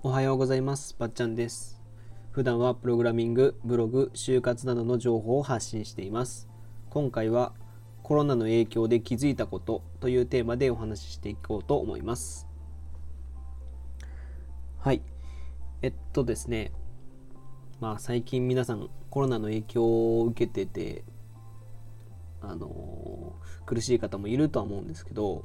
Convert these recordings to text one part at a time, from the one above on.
おはようございます。ばっちゃんです。普段はプログラミング、ブログ、就活などの情報を発信しています。今回はコロナの影響で気づいたことというテーマでお話ししていこうと思います。はい。ですね。最近皆さんコロナの影響を受けてて、苦しい方もいるとは思うんですけど、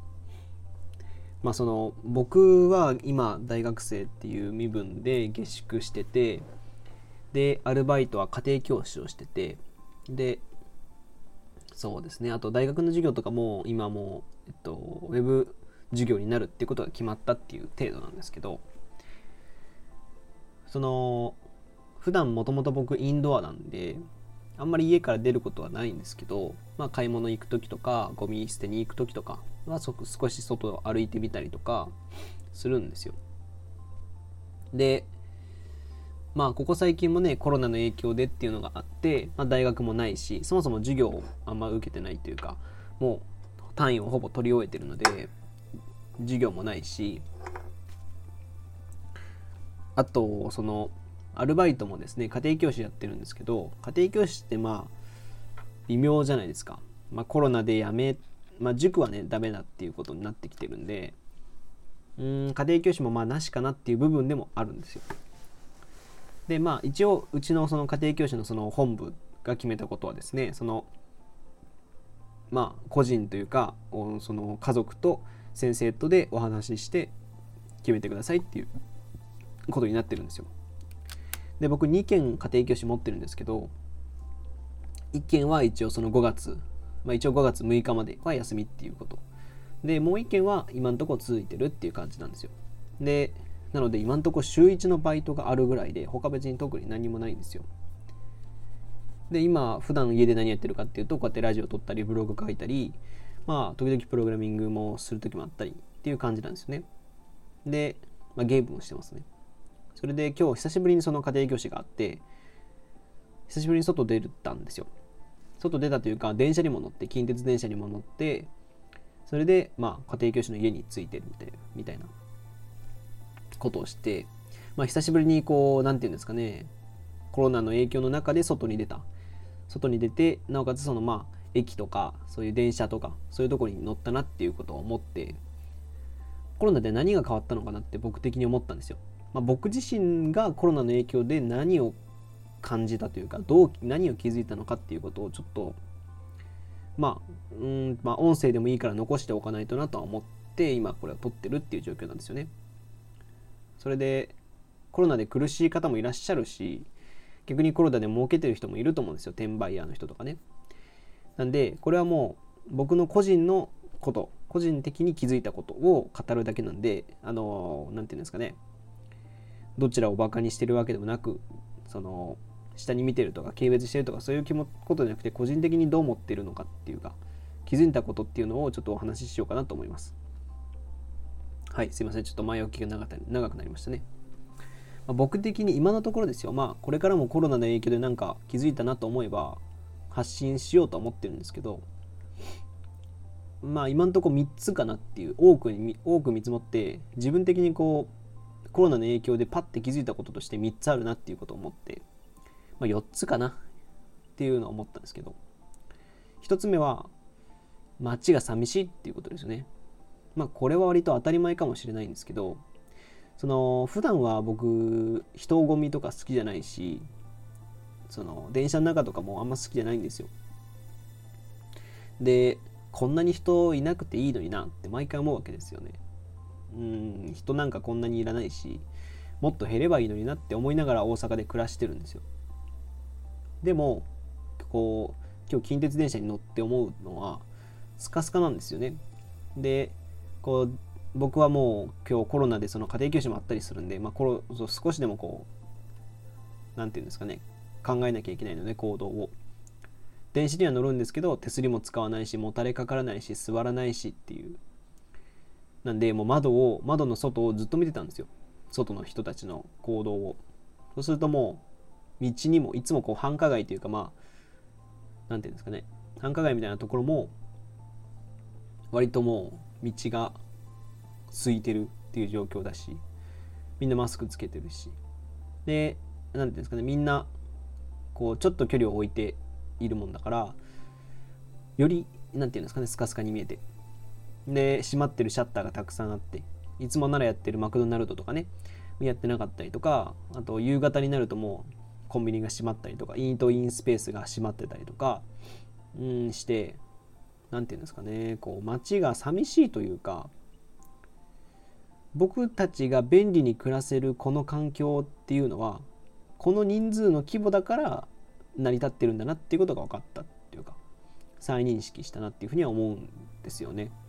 僕は今大学生っていう身分で下宿してて、でアルバイトは家庭教師をしてて、でそうですね、あと大学の授業とかも今もウェブ授業になるっていうことが決まったっていう程度なんですけど、その普段もともと僕インドアなんであんまり家から出ることはないんですけど、買い物行く時とかゴミ捨てに行く時とかは少し外を歩いてみたりとかするんですよ。でここ最近もねコロナの影響でっていうのがあって、大学もないし、そもそも授業をあんま受けてないというか、もう単位をほぼ取り終えてるので授業もないし、あとアルバイトもですね、家庭教師やってるんですけど、家庭教師って微妙じゃないですか。コロナで塾はねダメだっていうことになってきてるんで、家庭教師もなしかなっていう部分でもあるんですよ。で一応うちのその家庭教師のその本部が決めたことはですね、個人というかその家族と先生とでお話しして決めてくださいっていうことになってるんですよ。で僕2件家庭教師持ってるんですけど、1件は一応その5月、一応5月6日までは休みっていうことで、もう1件は今んとこ続いてるっていう感じなんですよ。でなので今んとこ週1のバイトがあるぐらいで、他別に特に何もないんですよ。で今普段家で何やってるかっていうと、こうやってラジオ撮ったりブログ書いたり、時々プログラミングもする時もあったりっていう感じなんですよね。で、ゲームもしてますね。それで今日久しぶりにその家庭教師があって、久しぶりに外出たんですよ。外出たというか、電車にも乗って、近鉄電車にも乗って、それで家庭教師の家に着いてるみたいなことをして、久しぶりにこうなんていうんですかね、コロナの影響の中で外に出て、なおかつ駅とかそういう電車とかそういうところに乗ったなっていうことを思って、コロナで何が変わったのかなって僕的に思ったんですよ。僕自身がコロナの影響で何を感じたというか、何を気づいたのかっていうことをちょっと音声でもいいから残しておかないとなとは思って、今これを撮ってるっていう状況なんですよね。それでコロナで苦しい方もいらっしゃるし、逆にコロナで儲けてる人もいると思うんですよ、転売ヤーの人とかね。なんでこれはもう僕の個人のこと、個人的に気づいたことを語るだけなんで、なんていうんですかね、どちらをバカにしてるわけでもなく、下に見てるとか軽蔑してるとかそういうことじゃなくて、個人的にどう思ってるのかっていうか、気づいたことっていうのをちょっとお話ししようかなと思います。はい、すいません、ちょっと前置きが長くなりましたね。僕的に今のところですよ、これからもコロナの影響でなんか気づいたなと思えば発信しようと思ってるんですけど、今のところ3つかなっていう、多く見積もって、自分的にこうコロナの影響でパッて気づいたこととして3つあるなっていうことを思って、4つかなっていうのを思ったんですけど、1つ目は街が寂しいっていうことですよね。これは割と当たり前かもしれないんですけど、普段は僕人混みとか好きじゃないし、電車の中とかもあんま好きじゃないんですよ。でこんなに人いなくていいのになって毎回思うわけですよね。人なんかこんなにいらないし、もっと減ればいいのになって思いながら大阪で暮らしてるんですよ。でもこう今日近鉄電車に乗って思うのは、スカスカなんですよね。で僕はもう今日コロナでその家庭教師もあったりするんで、少しでもなんていうんですかね、考えなきゃいけないので、行動を電車には乗るんですけど、手すりも使わないし、もたれかからないし、座らないしっていう。なんでもう窓の外をずっと見てたんですよ、外の人たちの行動を。そうするともう道にもいつも繁華街というか、なんていうんですかね、繁華街みたいなところも割ともう道が空いてるっていう状況だし、 みんなマスクつけてるし、でなんていうんですかね、みんなこうちょっと距離を置いているもんだから、よりなんていうんですかね、スカスカに見えて、で閉まってるシャッターがたくさんあって、いつもならやってるマクドナルドとかねやってなかったりとか、あと夕方になるともうコンビニが閉まったりとか、イートインスペースが閉まってたりとかして、なんていうんですかね、こう街が寂しいというか、僕たちが便利に暮らせるこの環境っていうのはこの人数の規模だから成り立ってるんだなっていうことが分かったっていうか、再認識したなっていうふうには思うんですよね。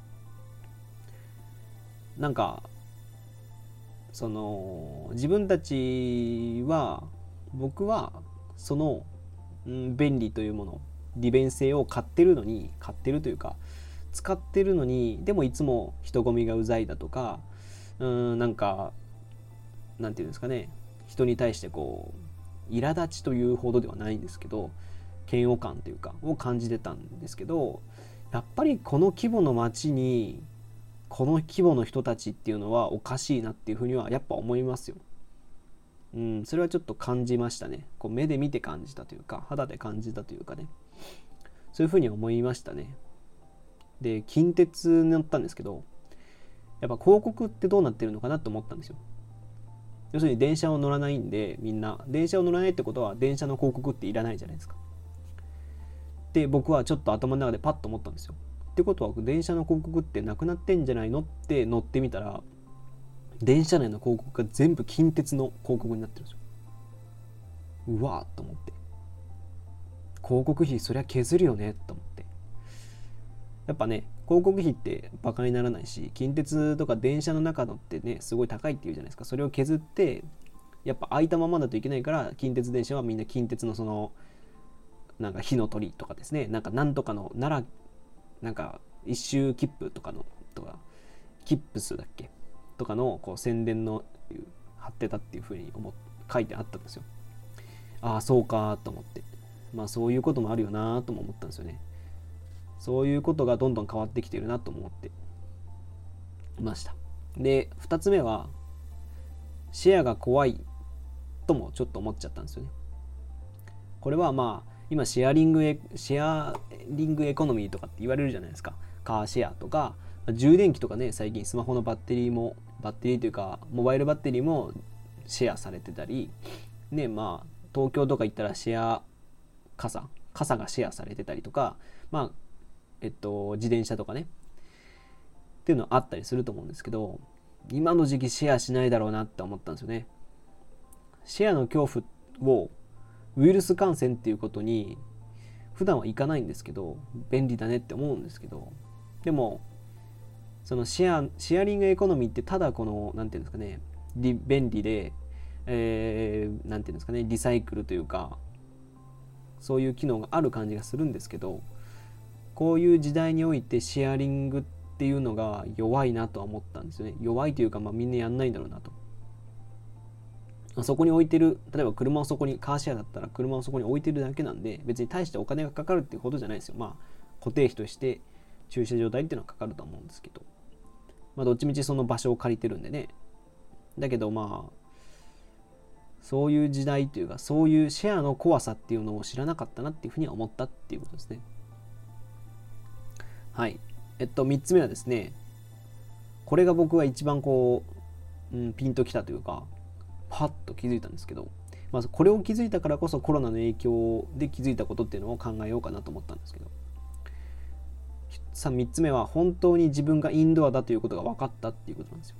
なんかその自分たちは、僕はその、便利というもの、利便性を買ってるというか使ってるのに、でもいつも人混みがうざいだとか、なんかなんていうんですかね、人に対してこう苛立ちというほどではないんですけど、嫌悪感というかを感じてたんですけど、やっぱりこの規模の街にこの規模の人たちっていうのはおかしいなっていうふうにはやっぱ思いますよ。それはちょっと感じましたね。こう目で見て感じたというか、肌で感じたというかね、そういうふうに思いましたね。で、近鉄に乗ったんですけど、やっぱ広告ってどうなってるのかなと思ったんですよ。要するに電車を乗らないんで、みんな電車を乗らないってことは電車の広告っていらないじゃないですか。で、僕はちょっと頭の中でパッと思ったんですよ。ってことは電車の広告ってなくなってんじゃないのって乗ってみたら、電車内の広告が全部近鉄の広告になってるんですよ。うわーっと思って、広告費そりゃ削るよねと思って、やっぱね広告費ってバカにならないし、近鉄とか電車の中のってねすごい高いっていうじゃないですか。それを削ってやっぱ空いたままだといけないから、近鉄電車はみんな近鉄のそのなんか火の鳥とかですね、なんとかの奈良なんか一周切符とかのとかキップスだっけとかのこう宣伝の貼ってたっていう風に書いてあったんですよ。ああそうかと思って、まあそういうこともあるよなとも思ったんですよね。そういうことがどんどん変わってきてるなと思っていました。で2つ目はシェアが怖いともちょっと思っちゃったんですよね。これはまあ今シェアリングエコノミーとかって言われるじゃないですか。カーシェアとか充電器とかね、最近スマホのバッテリーというかモバイルバッテリーもシェアされてたりね、まあ東京とか行ったらシェア傘がシェアされてたりとか、まあ自転車とかねっていうのあったりすると思うんですけど、今の時期シェアしないだろうなって思ったんですよね。シェアの恐怖をウイルス感染っていうことに普段はいかないんですけど、便利だねって思うんですけど、でもそのシェアリングエコノミーってただこのなんていうんですかね、便利で、なんていうんですかね、リサイクルというかそういう機能がある感じがするんですけど、こういう時代においてシェアリングっていうのが弱いなとは思ったんですよね。弱いというか、まあみんなやんないんだろうなと。そこに置いてる、例えば車をそこに、カーシェアだったら車をそこに置いてるだけなんで、別に大してお金がかかるっていうほどじゃないですよ。まあ固定費として駐車場代っていうのはかかると思うんですけど、まあどっちみちその場所を借りてるんでね。だけどまあそういう時代というか、そういうシェアの怖さっていうのを知らなかったなっていうふうには思ったっていうことですね。はい。3つ目はですね、これが僕は一番こう、ピンときたというか、パッと気づいたんですけど、まずこれを気づいたからこそコロナの影響で気づいたことっていうのを考えようかなと思ったんですけど、3つ目は本当に自分がインドアだということが分かったっていうことなんですよ。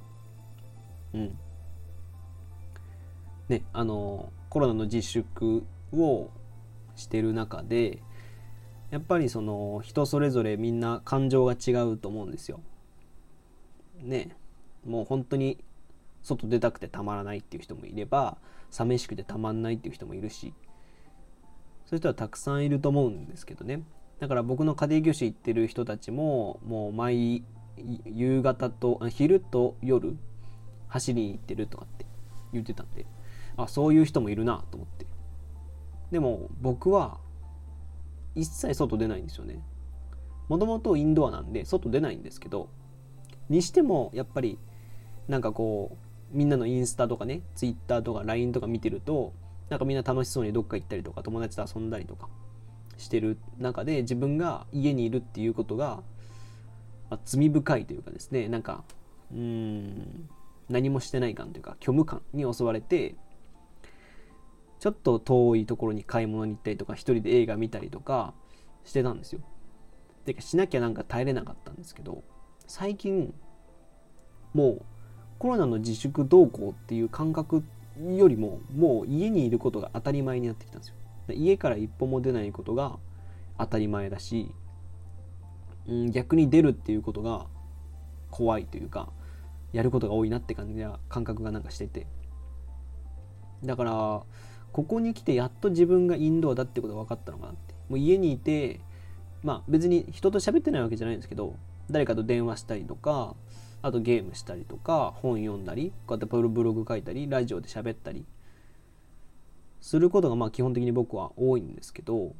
ね、コロナの自粛をしてる中で、やっぱりその人それぞれみんな感情が違うと思うんですよ。ね、もう本当に外出たくてたまらないっていう人もいれば、寂しくてたまんないっていう人もいるし、そういう人はたくさんいると思うんですけどね。だから僕の家庭教師行ってる人たちももう夕方と昼と夜走りに行ってるとかって言ってたんで、あ、そういう人もいるなと思って。でも僕は一切外出ないんですよね。もともとインドアなんで外出ないんですけど、にしてもやっぱりなんかこみんなのインスタとかね、ツイッターとか LINE とか見てると、なんかみんな楽しそうにどっか行ったりとか友達と遊んだりとかしてる中で、自分が家にいるっていうことが、罪深いというかですね、なんか何もしてない感というか虚無感に襲われて、ちょっと遠いところに買い物に行ったりとか、一人で映画見たりとかしてたんですよ。でしなきゃなんか耐えれなかったんですけど、最近もうコロナの自粛動向っていう感覚よりも、もう家にいることが当たり前になってきたんですよ。家から一歩も出ないことが当たり前だし、逆に出るっていうことが怖いというか、やることが多いなって感覚がなんかしてて、だからここに来てやっと自分がインドアだってことが分かったのかなって。もう家にいて、別に人と喋ってないわけじゃないんですけど、誰かと電話したりとか、あとゲームしたりとか、本読んだり、こうやってブログ書いたり、ラジオで喋ったりすることが基本的に僕は多いんですけど、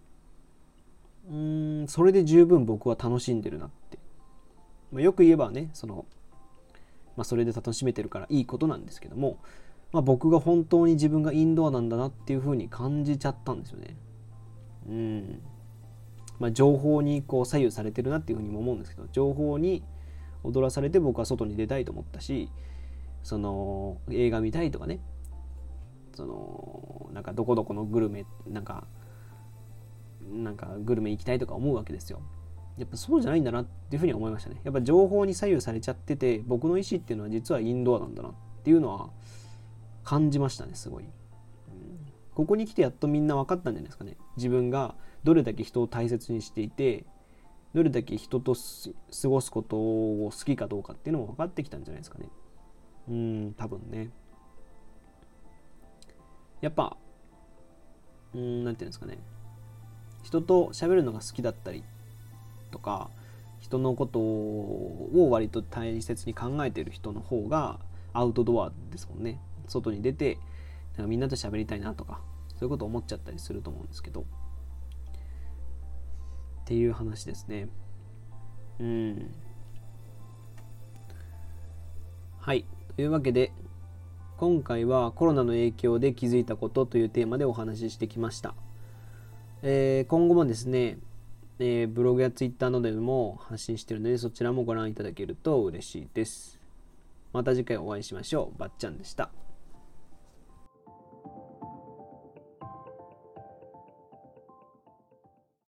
それで十分僕は楽しんでるなって、よく言えばね、それで楽しめてるからいいことなんですけども、僕が本当に自分がインドアなんだなっていう風に感じちゃったんですよね。情報にこう左右されてるなっていう風にも思うんですけど、情報に踊らされて僕は外に出たいと思ったし、映画見たいとかね、なんかどこどこのグルメなんかグルメ行きたいとか思うわけですよ。やっぱそうじゃないんだなっていうふうに思いましたね。やっぱ情報に左右されちゃってて、僕の意思っていうのは実はインドアなんだなっていうのは感じましたね、すごい。ここに来てやっとみんな分かったんじゃないですかね。自分がどれだけ人を大切にしていて、どれだけ人と過ごすことを好きかどうかっていうのも分かってきたんじゃないですかね。多分ね。やっぱなんていうんですかね、人と喋るのが好きだったりとか、人のことを割と大切に考えている人の方がアウトドアですもんね。外に出てなんかみんなと喋りたいなとか、そういうことを思っちゃったりすると思うんですけど、っていう話ですね。はい、というわけで今回はコロナの影響で気づいたことというテーマでお話ししてきました。今後もですね、ブログやツイッターなどでも発信しているので、そちらもご覧いただけると嬉しいです。また次回お会いしましょう。ばっちゃんでした。